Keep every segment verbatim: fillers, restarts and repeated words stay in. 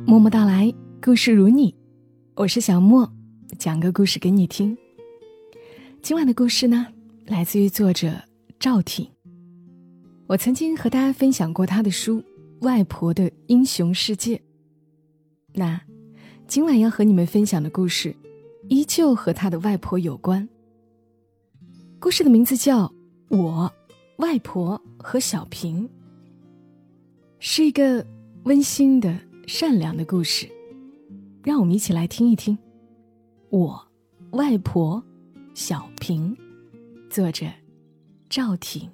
默默到来，故事如你，我是小莫，讲个故事给你听。今晚的故事呢，来自于作者赵挺。我曾经和大家分享过他的书《外婆的英雄世界》。那今晚要和你们分享的故事，依旧和他的外婆有关。故事的名字叫《我、外婆和小平》，是一个温馨的善良的故事，让我们一起来听一听。我、外婆、小平，作者赵挺。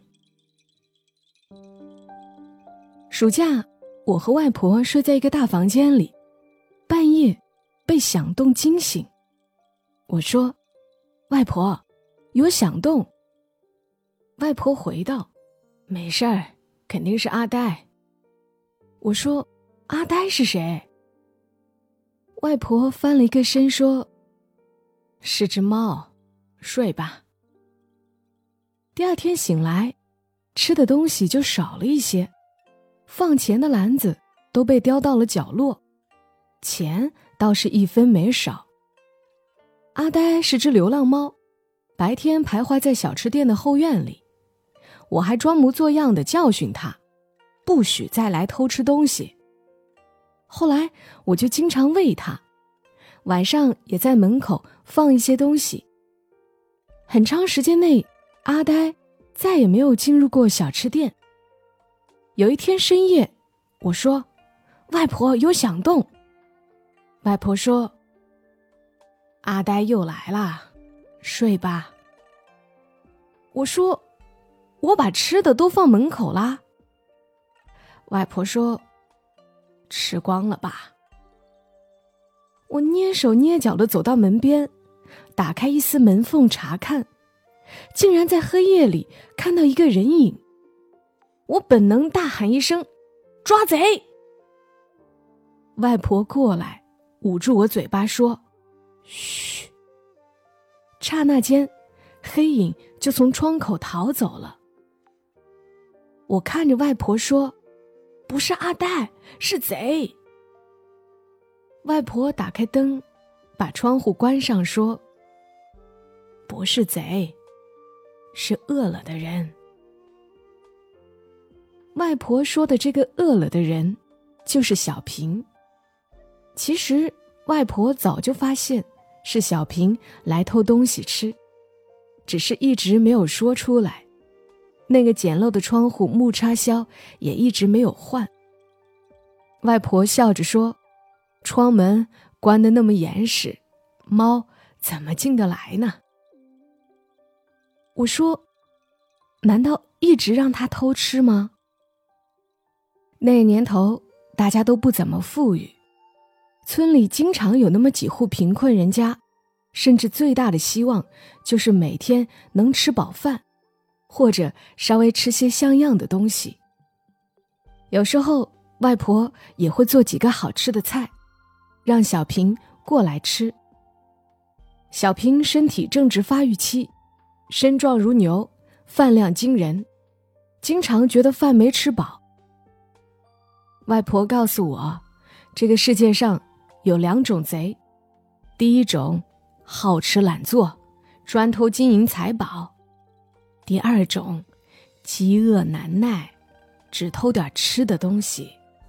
暑假，我和外婆睡在一个大房间里，半夜被响动惊醒。我说：“外婆，有响动。”外婆回道：“没事儿，肯定是阿呆。”我说：“阿呆是谁？”外婆翻了一个身说：“是只猫，睡吧。”第二天醒来，吃的东西就少了一些，放钱的篮子都被叼到了角落，钱倒是一分没少。阿呆是只流浪猫，白天徘徊在小吃店的后院里，我还装模作样地教训他，不许再来偷吃东西。后来我就经常喂它，晚上也在门口放一些东西。很长时间内，阿呆再也没有进入过小吃店。有一天深夜，我说：“外婆，有响动。”外婆说：“阿呆又来了，睡吧。”我说：“我把吃的都放门口啦。”外婆说：“吃光了吧？”我蹑手蹑脚地走到门边，打开一丝门缝查看，竟然在黑夜里看到一个人影。我本能大喊一声：“抓贼！”外婆过来捂住我嘴巴说：“嘘。”刹那间，黑影就从窗口逃走了。我看着外婆说：“不是阿呆，是贼。”外婆打开灯，把窗户关上说：“不是贼，是饿了的人。”外婆说的这个饿了的人，就是小平。其实外婆早就发现是小平来偷东西吃，只是一直没有说出来。那个简陋的窗户木插销也一直没有换。外婆笑着说：“窗门关得那么严实，猫怎么进得来呢？”我说：“难道一直让它偷吃吗？”那年头大家都不怎么富裕，村里经常有那么几户贫困人家，甚至最大的希望就是每天能吃饱饭，或者稍微吃些像样的东西。有时候外婆也会做几个好吃的菜，让小平过来吃。小平身体正值发育期，身壮如牛，饭量惊人，经常觉得饭没吃饱。外婆告诉我，这个世界上有两种贼，第一种好吃懒做，专偷金银财宝；第二种饥饿难耐，只偷点吃的东西。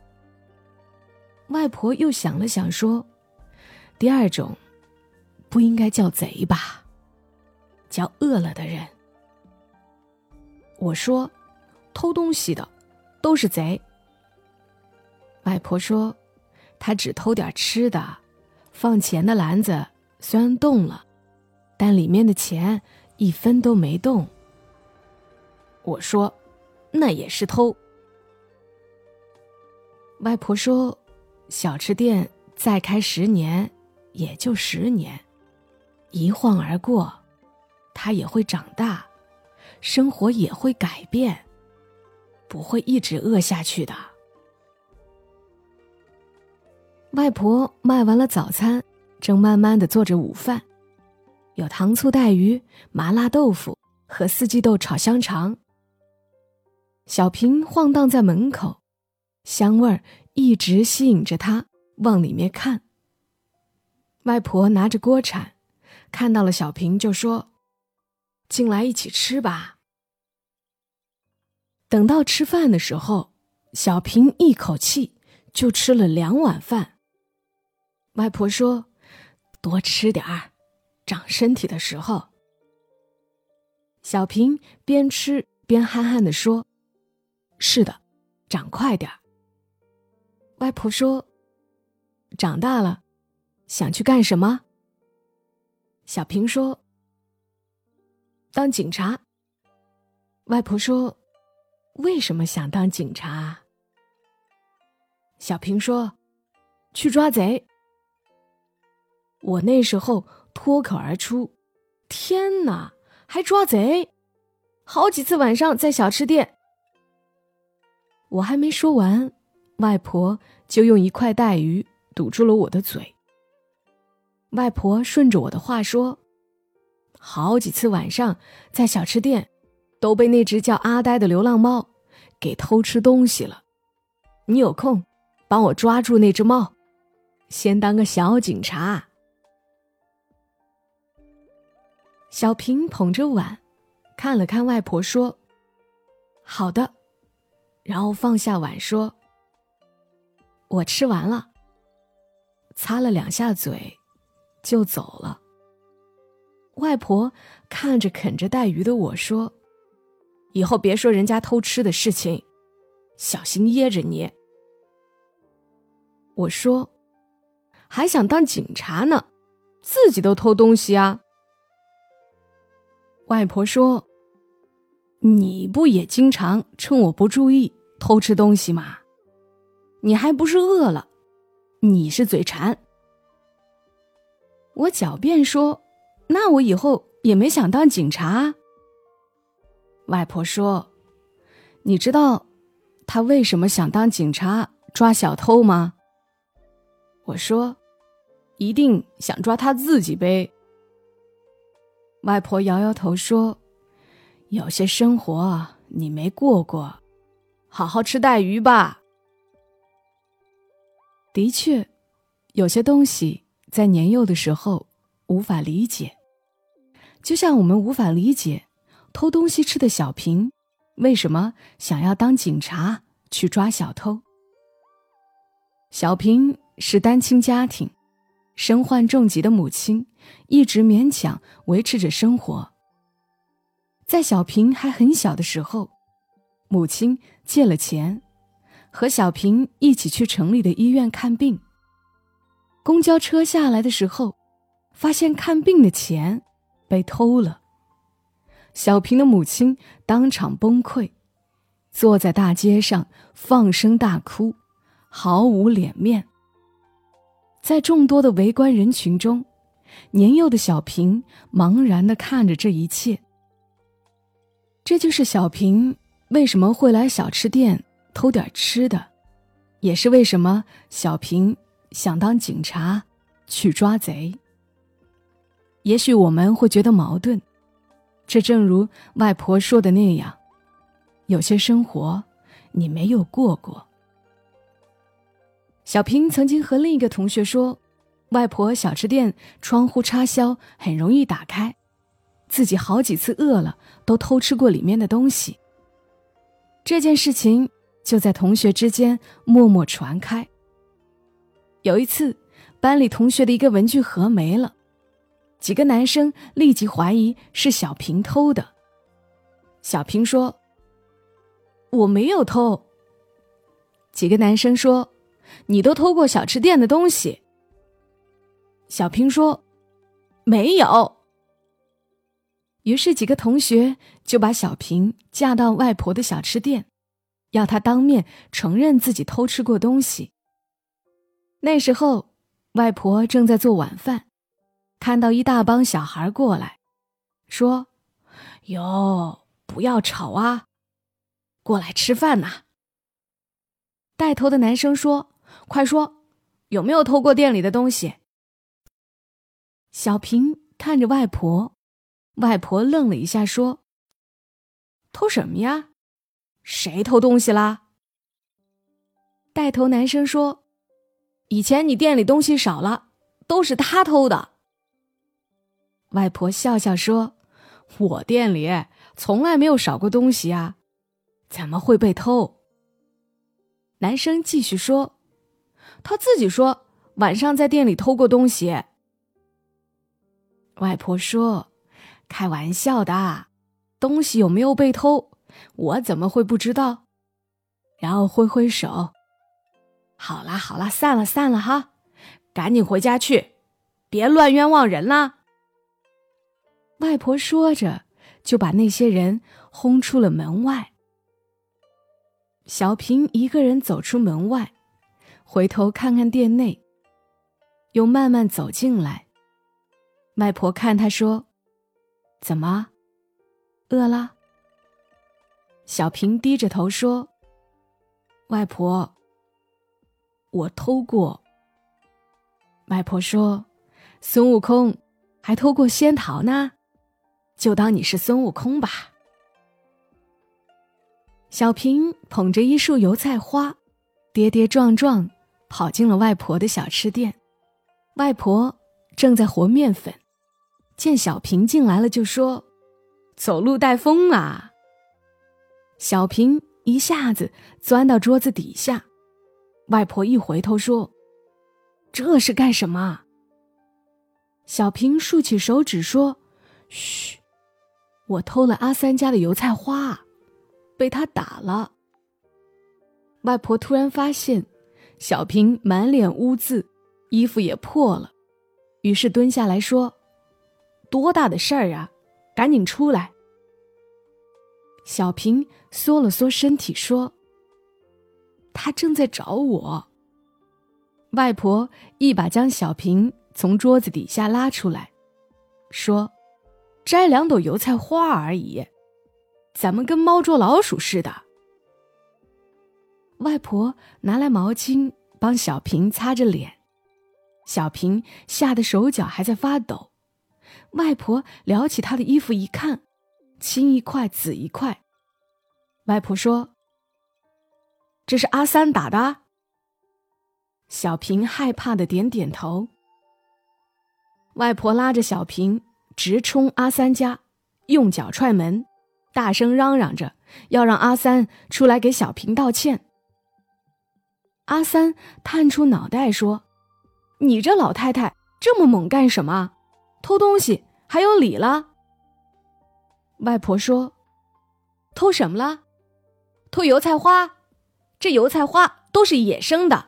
外婆又想了想说：“第二种不应该叫贼吧，叫饿了的人。”我说：“偷东西的都是贼。”外婆说：“他只偷点吃的，放钱的篮子虽然动了，但里面的钱一分都没动。”我说：“那也是偷。”外婆说：“小吃店再开十年，也就十年，一晃而过，他也会长大，生活也会改变，不会一直饿下去的。”外婆卖完了早餐，正慢慢地做着午饭，有糖醋带鱼、麻辣豆腐和四季豆炒香肠。小平晃荡在门口，香味儿一直吸引着他， 往里面看。外婆拿着锅铲，看到了小平就说：进来一起吃吧。等到吃饭的时候，小平一口气就吃了两碗饭。外婆说：多吃点儿，长身体的时候。小平边吃边憨憨地说：是的，长快点儿。外婆说：长大了想去干什么？小平说：当警察。外婆说：为什么想当警察？小平说：去抓贼。我那时候脱口而出：天哪，还抓贼！好几次晚上在小吃店。我还没说完，外婆就用一块带鱼堵住了我的嘴。外婆顺着我的话说：好几次晚上在小吃店都被那只叫阿呆的流浪猫给偷吃东西了。你有空帮我抓住那只猫，先当个小警察。小平捧着碗看了看外婆说：好的。然后放下碗说：我吃完了。擦了两下嘴就走了。外婆看着啃着带鱼的我说：以后别说人家偷吃的事情，小心噎着你。我说：还想当警察呢，自己都偷东西啊。外婆说：你不也经常趁我不注意偷吃东西吗？你还不是饿了，你是嘴馋。我狡辩说：那我以后也没想当警察。外婆说：你知道他为什么想当警察抓小偷吗？我说：一定想抓他自己呗。外婆摇摇头说：有些生活你没过过，好好吃带鱼吧。的确，有些东西在年幼的时候无法理解，就像我们无法理解偷东西吃的小平为什么想要当警察去抓小偷。小平是单亲家庭，身患重疾的母亲一直勉强维持着生活。在小平还很小的时候，母亲借了钱，和小平一起去城里的医院看病。公交车下来的时候，发现看病的钱被偷了。小平的母亲当场崩溃，坐在大街上放声大哭，毫无脸面。在众多的围观人群中，年幼的小平茫然地看着这一切。这就是小平为什么会来小吃店偷点吃的，也是为什么小平想当警察去抓贼。也许我们会觉得矛盾，这正如外婆说的那样，有些生活你没有过过。小平曾经和另一个同学说，外婆小吃店窗户插销很容易打开，自己好几次饿了都偷吃过里面的东西。这件事情就在同学之间默默传开。有一次，班里同学的一个文具盒没了，几个男生立即怀疑是小平偷的。小平说：我没有偷。几个男生说：你都偷过小吃店的东西。小平说：没有。于是几个同学就把小平架到外婆的小吃店，要他当面承认自己偷吃过东西。那时候外婆正在做晚饭，看到一大帮小孩过来，说：哟，不要吵啊，过来吃饭呐。带头的男生说：快说，有没有偷过店里的东西？小平看着外婆，外婆愣了一下说：偷什么呀？谁偷东西啦？带头男生说： 以前你店里东西少了，都是他偷的。外婆笑笑说，我店里从来没有少过东西啊，怎么会被偷？男生继续说，他自己说晚上在店里偷过东西。外婆说，开玩笑的，东西有没有被偷，我怎么会不知道？然后挥挥手，好啦好啦，散了散了哈，赶紧回家去，别乱冤枉人啦。外婆说着，就把那些人轰出了门外。小平一个人走出门外，回头看看店内，又慢慢走进来。外婆看他说，怎么，饿了？小平低着头说，外婆，我偷过。外婆说，孙悟空还偷过仙桃呢，就当你是孙悟空吧。小平捧着一束油菜花，跌跌撞撞跑进了外婆的小吃店。外婆正在和面粉，见小平进来了就说，走路带风啊。小平一下子钻到桌子底下，外婆一回头说，这是干什么？小平竖起手指说，嘘，我偷了阿三家的油菜花，被他打了。外婆突然发现小平满脸污渍，衣服也破了，于是蹲下来说，多大的事儿啊，赶紧出来。小平缩了缩身体说，他正在找我。外婆一把将小平从桌子底下拉出来，说，摘两朵油菜花而已，咱们跟猫捉老鼠似的。外婆拿来毛巾帮小平擦着脸，小平吓得手脚还在发抖。外婆撩起他的衣服一看，青一块紫一块。外婆说，这是阿三打的？小平害怕的点点头。外婆拉着小平直冲阿三家，用脚踹门，大声嚷嚷着要让阿三出来给小平道歉。阿三探出脑袋说，你这老太太这么猛干什么？偷东西还有理了？外婆说，偷什么了？偷油菜花，这油菜花都是野生的。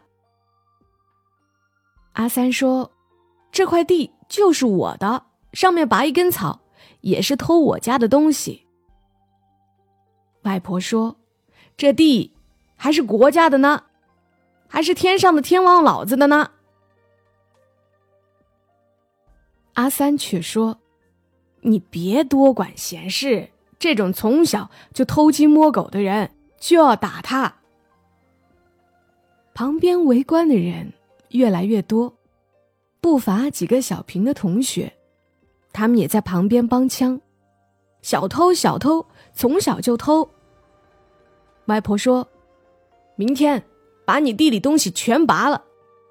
阿三说，这块地就是我的，上面拔一根草也是偷我家的东西。外婆说，这地还是国家的呢，还是天上的天王老子的呢。阿三却说，你别多管闲事，这种从小就偷鸡摸狗的人就要打他。旁边围观的人越来越多，不乏几个小平的同学，他们也在旁边帮腔，小偷小偷，从小就偷。外婆说，明天把你地里东西全拔了。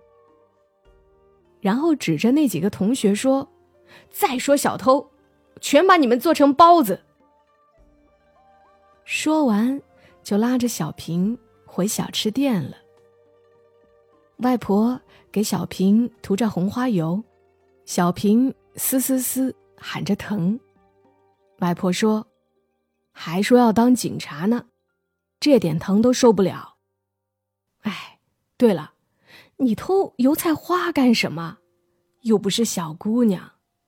然后指着那几个同学说，再说小偷，全把你们做成包子。说完就拉着小平回小吃店了。外婆给小平涂着红花油，小平嘶嘶嘶喊着疼。外婆说，还说要当警察呢，这点疼都受不了。哎，对了，你偷油菜花干什么？又不是小姑娘。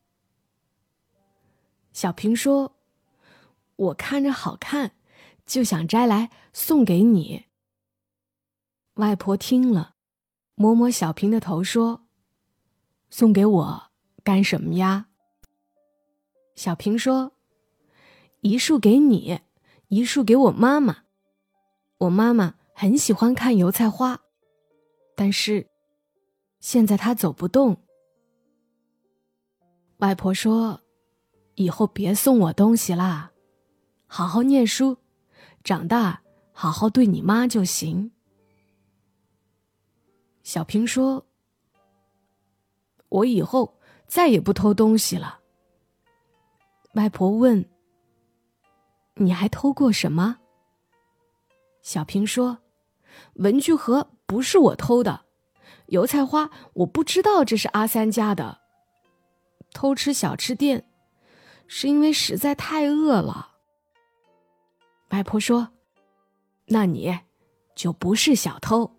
小平说，我看着好看，就想摘来送给你。外婆听了，摸摸小平的头说，送给我干什么呀？小平说，一束给你，一束给我妈妈。我妈妈很喜欢看油菜花，但是现在她走不动。外婆说，以后别送我东西啦，好好念书，长大好好对你妈就行。小平说， 我以后再也不偷东西了。外婆问：你还偷过什么？小平说：文具盒不是我偷的，油菜花我不知道这是阿三家的。偷吃小吃店是因为实在太饿了。外婆说：那你就不是小偷。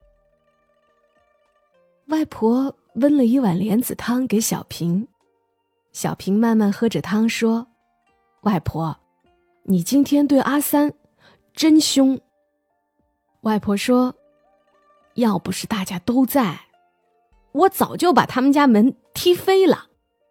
外婆温了一碗莲子汤给小平，小平慢慢喝着汤说：外婆，你今天对阿三真凶。外婆说：要不是大家都在，我早就把他们家门踢飞了。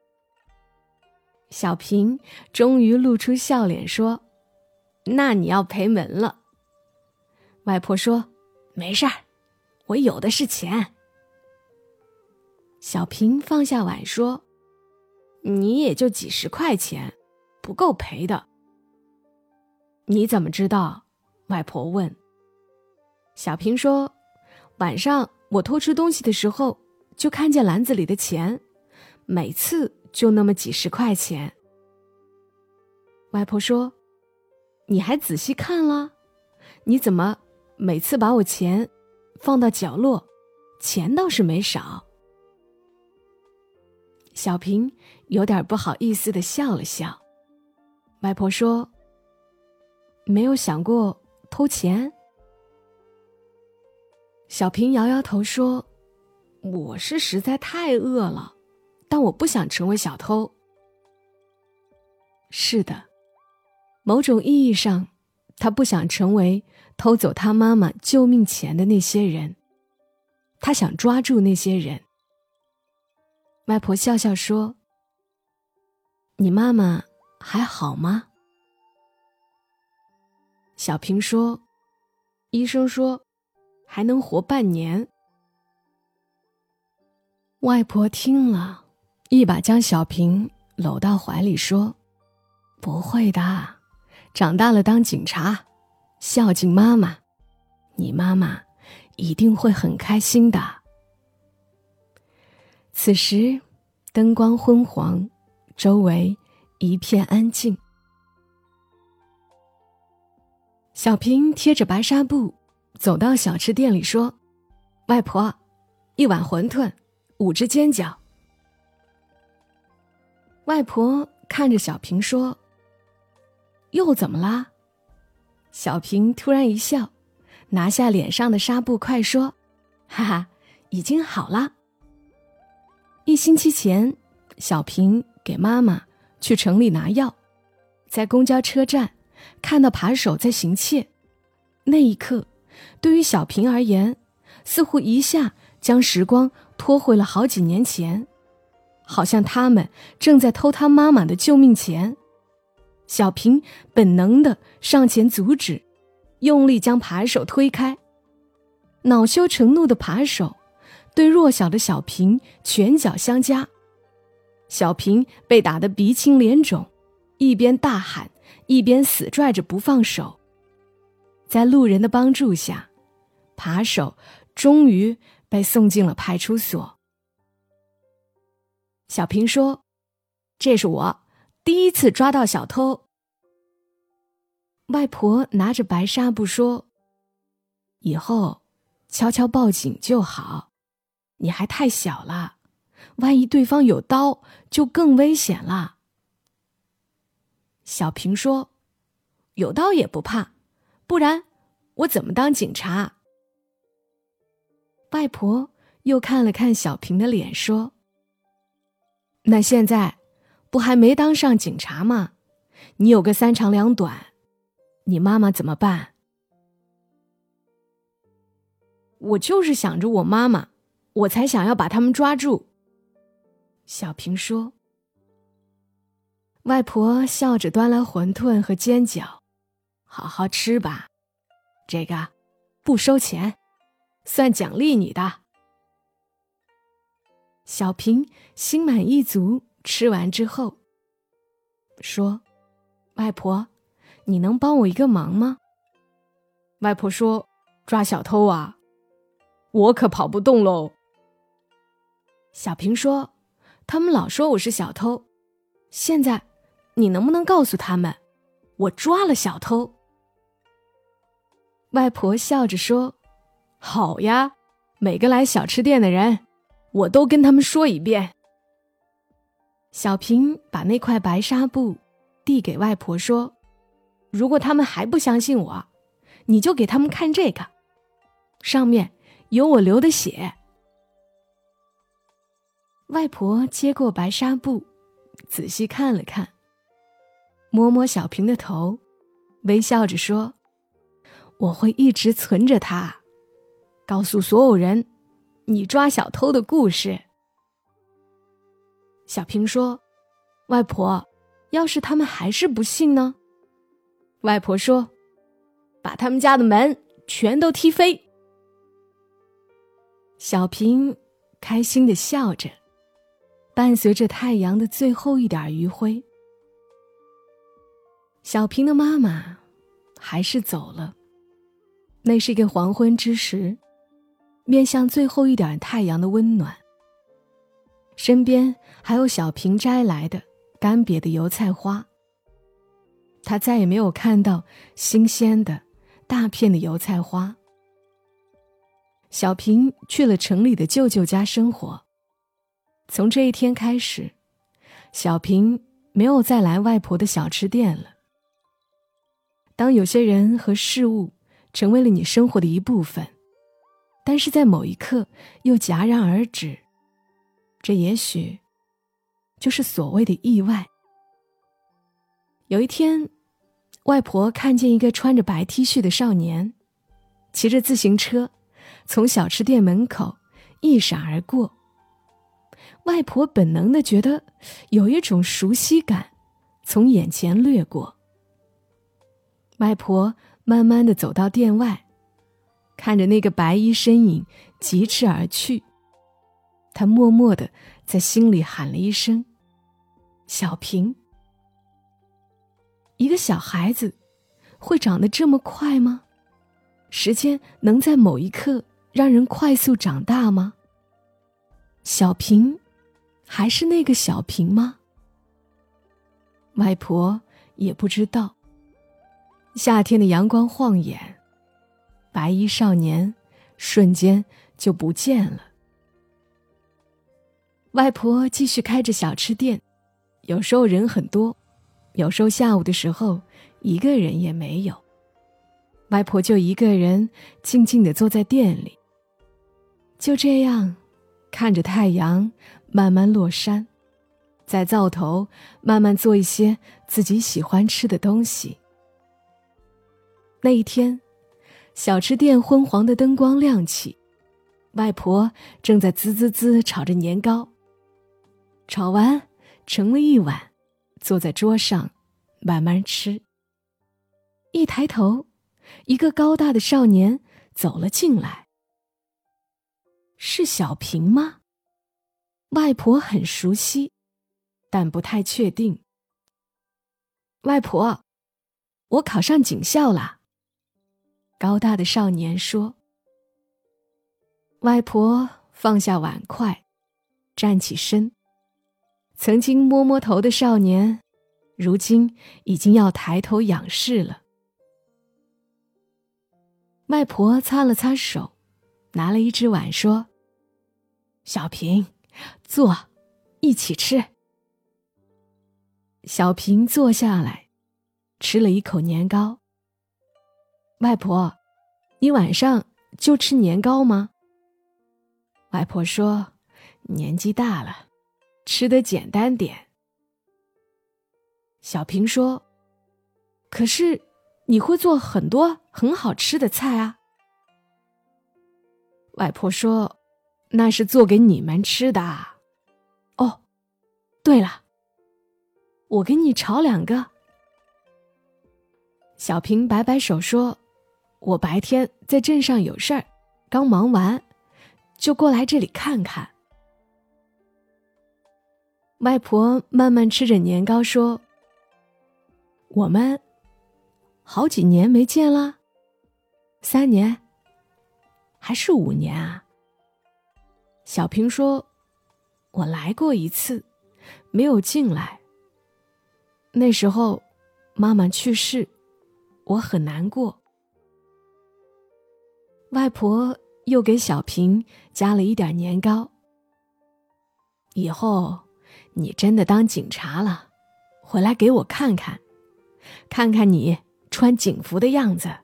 小平终于露出笑脸说：那你要赔门了。外婆说：没事儿，我有的是钱。小平放下碗说：你也就几十块钱，不够赔的。你怎么知道？外婆问。小平说：晚上我偷吃东西的时候，就看见篮子里的钱，每次就那么几十块钱。外婆说：你还仔细看了？你怎么每次把我钱放到角落，钱倒是没少？小平有点不好意思地笑了笑。外婆说：没有想过偷钱？小平摇摇头说：我是实在太饿了，但我不想成为小偷。是的，某种意义上，他不想成为偷走他妈妈救命钱的那些人，他想抓住那些人。外婆笑笑说：你妈妈还好吗？小平说：医生说还能活半年。外婆听了，一把将小平搂到怀里说：不会的，长大了当警察，孝敬妈妈，你妈妈一定会很开心的。此时灯光昏黄，周围一片安静。小平贴着白纱布走到小吃店里说：外婆，一碗馄饨，五只煎饺。外婆看着小平说：又怎么啦？小平突然一笑，拿下脸上的纱布快说：哈哈，已经好了。一星期前，小平给妈妈去城里拿药，在公交车站看到扒手在行窃，那一刻对于小平而言，似乎一下将时光拖回了好几年前，好像他们正在偷他妈妈的救命钱。小平本能地上前阻止，用力将扒手推开。恼羞成怒的扒手对弱小的小平拳脚相加，小平被打得鼻青脸肿，一边大喊一边死拽着不放手。在路人的帮助下，扒手终于被送进了派出所。小平说：这是我第一次抓到小偷。外婆拿着白纱布说：以后悄悄报警就好，你还太小了，万一对方有刀就更危险了。小平说：有刀也不怕，不然我怎么当警察？外婆又看了看小平的脸说：那现在不还没当上警察吗？你有个三长两短，你妈妈怎么办？我就是想着我妈妈，我才想要把他们抓住。小平说。外婆笑着端来馄饨和煎饺，好好吃吧，这个不收钱，算奖励你的。小平心满意足吃完之后说：外婆，你能帮我一个忙吗？外婆说：抓小偷啊，我可跑不动喽。小平说： 他们老说我是小偷，现在你能不能告诉他们，我抓了小偷？”外婆笑着说：“好呀，每个来小吃店的人，我都跟他们说一遍。”小平把那块白纱布递给外婆说：“如果他们还不相信我，你就给他们看这个，上面有我流的血。”外婆接过白纱布，仔细看了看，摸摸小平的头，微笑着说：“我会一直存着它，告诉所有人你抓小偷的故事。”小平说：“外婆，要是他们还是不信呢？”外婆说：“把他们家的门全都踢飞。”小平开心地笑着，伴随着太阳的最后一点余晖。小平的妈妈还是走了，那是一个黄昏之时，面向最后一点太阳的温暖。身边还有小平摘来的干瘪的油菜花。他再也没有看到新鲜的大片的油菜花。小平去了城里的舅舅家生活。从这一天开始，小平没有再来外婆的小吃店了。当有些人和事物成为了你生活的一部分，但是在某一刻又戛然而止，这也许就是所谓的意外。有一天，外婆看见一个穿着白 T 恤的少年，骑着自行车从小吃店门口一闪而过。外婆本能地觉得有一种熟悉感从眼前掠过。外婆慢慢地走到店外，看着那个白衣身影疾驰而去，她默默地在心里喊了一声：“小平。”一个小孩子会长得这么快吗？时间能在某一刻让人快速长大吗？小平还是那个小平吗？外婆也不知道。夏天的阳光晃眼，白衣少年瞬间就不见了。外婆继续开着小吃店，有时候人很多，有时候下午的时候一个人也没有。外婆就一个人静静地坐在店里，就这样看着太阳慢慢落山，在灶头慢慢做一些自己喜欢吃的东西。那一天，小吃店昏黄的灯光亮起，外婆正在滋滋滋炒着年糕。炒完盛了一碗，坐在桌上慢慢吃。一抬头，一个高大的少年走了进来。是小平吗？外婆很熟悉，但不太确定。外婆，我考上警校了。高大的少年说。外婆放下碗筷，站起身。曾经摸摸头的少年，如今已经要抬头仰视了。外婆擦了擦手，拿了一只碗说：“小平，坐，一起吃。”小平坐下来，吃了一口年糕。外婆，你晚上就吃年糕吗？外婆说：“年纪大了，吃得简单点。”小平说：“可是你会做很多很好吃的菜啊。”外婆说：“那是做给你们吃的。”哦，对了，我给你炒两个。小平摆摆手说：“我白天在镇上有事儿，刚忙完，就过来这里看看。”外婆慢慢吃着年糕说：“我们好几年没见了，三年，还是五年啊？”小平说：“ 我来过一次，没有进来。那时候妈妈去世，我很难过。外婆又给小平加了一点年糕。以后你真的当警察了，回来给我看看，看看你穿警服的样子。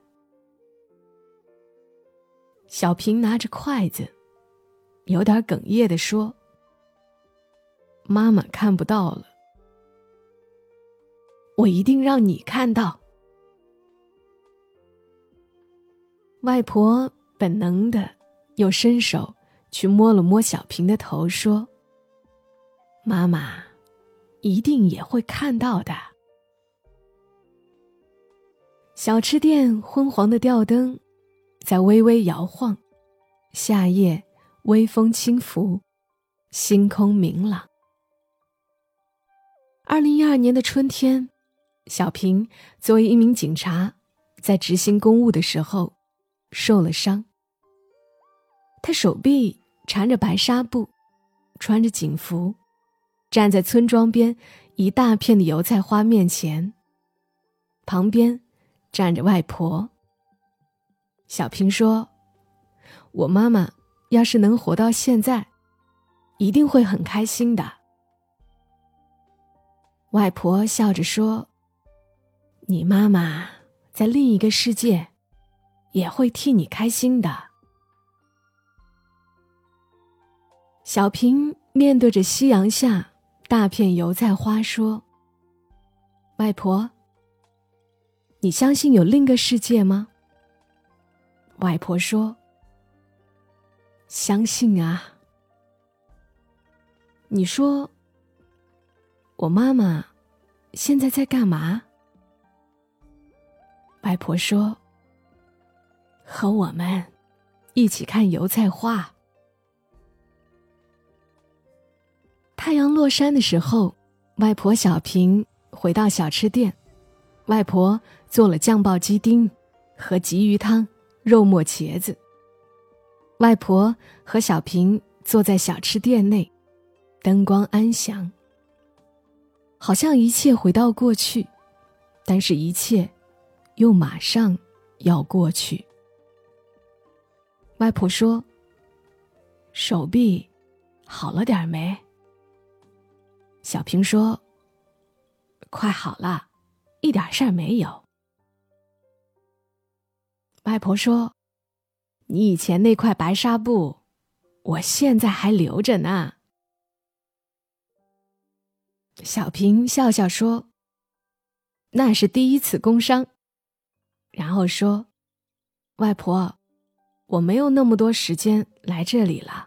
小平拿着筷子，有点哽咽地说：妈妈看不到了，我一定让你看到。外婆本能的又伸手去摸了摸小平的头，说：妈妈一定也会看到的。小吃店昏黄的吊灯在微微摇晃，夏夜微风轻拂，星空明朗。二零一二年的春天，小平作为一名警察，在执行公务的时候受了伤。他手臂缠着白纱布，穿着警服，站在村庄边一大片的油菜花面前，旁边站着外婆。小平说：我妈妈要是能活到现在，一定会很开心的。外婆笑着说：你妈妈在另一个世界也会替你开心的。小平面对着夕阳下大片油菜花说：外婆，你相信有另一个世界吗？外婆说：相信啊。你说我妈妈现在在干嘛？外婆说：和我们一起看油菜花。太阳落山的时候，外婆小平回到小吃店，外婆做了酱爆鸡丁和鲫鱼汤、肉末茄子。外婆和小平坐在小吃店内，灯光安详，好像一切回到过去，但是一切又马上要过去。外婆说：手臂好了点没？小平说：快好了，一点事儿没有。外婆说：你以前那块白纱布，我现在还留着呢。小平笑笑说：那是第一次工伤。然后说：外婆，我没有那么多时间来这里了。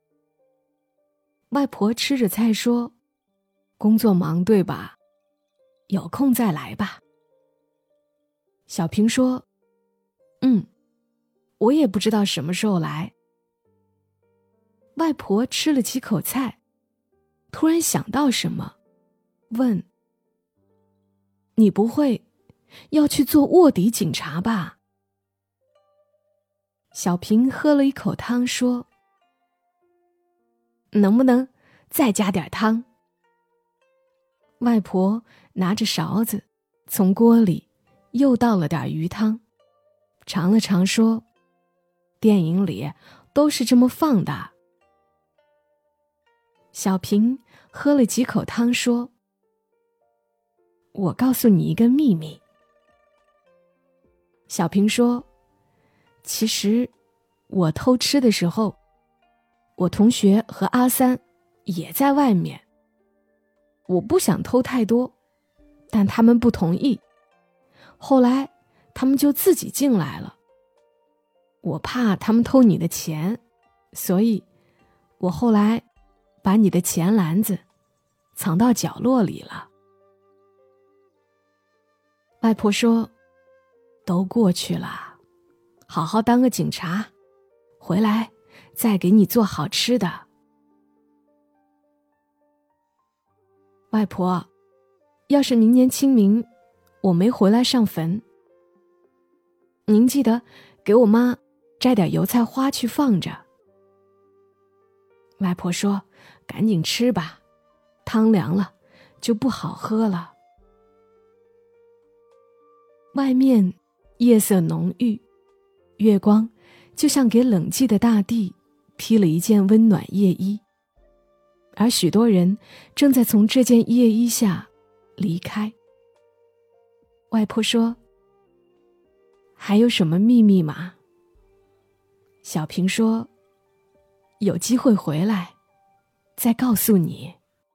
外婆吃着菜说：工作忙对吧？有空再来吧。小平说：嗯，我也不知道什么时候来。外婆吃了几口菜，突然想到什么，问：你不会要去做卧底警察吧？小平喝了一口汤说：能不能再加点汤？外婆拿着勺子从锅里又倒了点鱼汤，尝了尝说：电影里都是这么放的。小平喝了几口汤说：我告诉你一个秘密。小平说：其实我偷吃的时候，我同学和阿三也在外面。我不想偷太多，但他们不同意。后来他们就自己进来了。我怕他们偷你的钱，所以我后来把你的钱篮子藏到角落里了。外婆说：都过去了，好好当个警察，回来再给你做好吃的。外婆，要是明年清明我没回来上坟，您记得给我妈摘点油菜花去放着。 外婆说，赶紧吃吧，汤凉了就不好喝了。外面夜色浓郁，月光就像给冷寂的大地披了一件温暖夜衣，而许多人正在从这件夜衣下离开。外婆说，还有什么秘密吗？小平说，有机会回来再告诉你。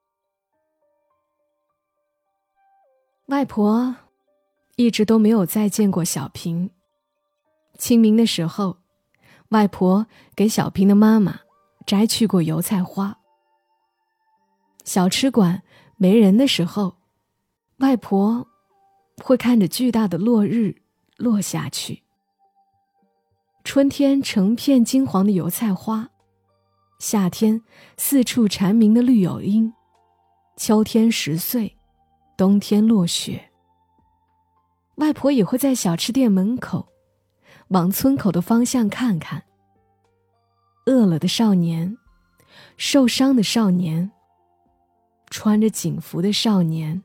外婆一直都没有再见过小平。清明的时候，外婆给小平的妈妈摘去过油菜花。小吃馆没人的时候，外婆会看着巨大的落日落下去。春天成片金黄的油菜花，夏天四处蝉鸣的绿友莺，秋天十岁，冬天落雪。外婆也会在小吃店门口往村口的方向看看，饿了的少年，受伤的少年，穿着警服的少年，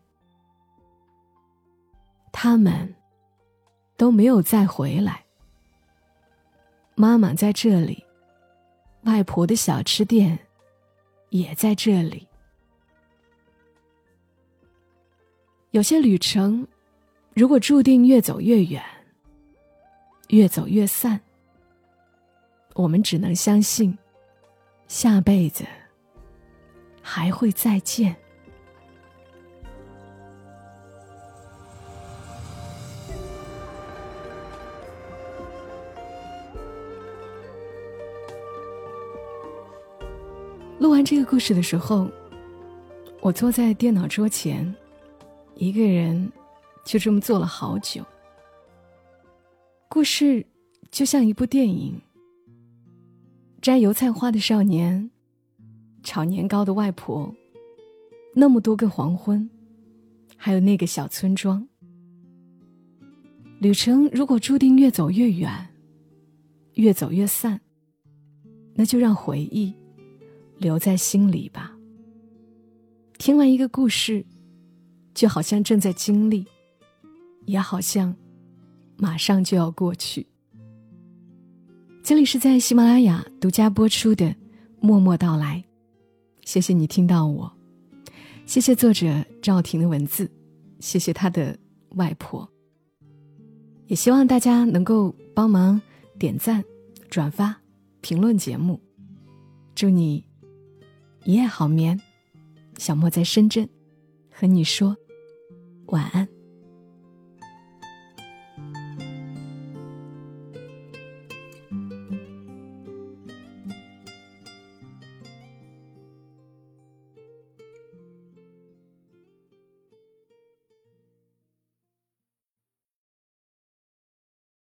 他们都没有再回来。妈妈在这里，外婆的小吃店也在这里。有些旅程，如果注定越走越远，越走越散，我们只能相信，下辈子还会再见。录完这个故事的时候，我坐在电脑桌前，一个人就这么坐了好久。故事就像一部电影，摘油菜花的少年，炒年糕的外婆，那么多个黄昏，还有那个小村庄。旅程如果注定越走越远，越走越散，那就让回忆留在心里吧。听完一个故事，就好像正在经历，也好像马上就要过去。这里是在喜马拉雅独家播出的默默到来，谢谢你听到我，谢谢作者赵婷的文字，谢谢她的外婆。也希望大家能够帮忙点赞、转发、评论节目。祝你一夜好眠，小莫在深圳和你说晚安。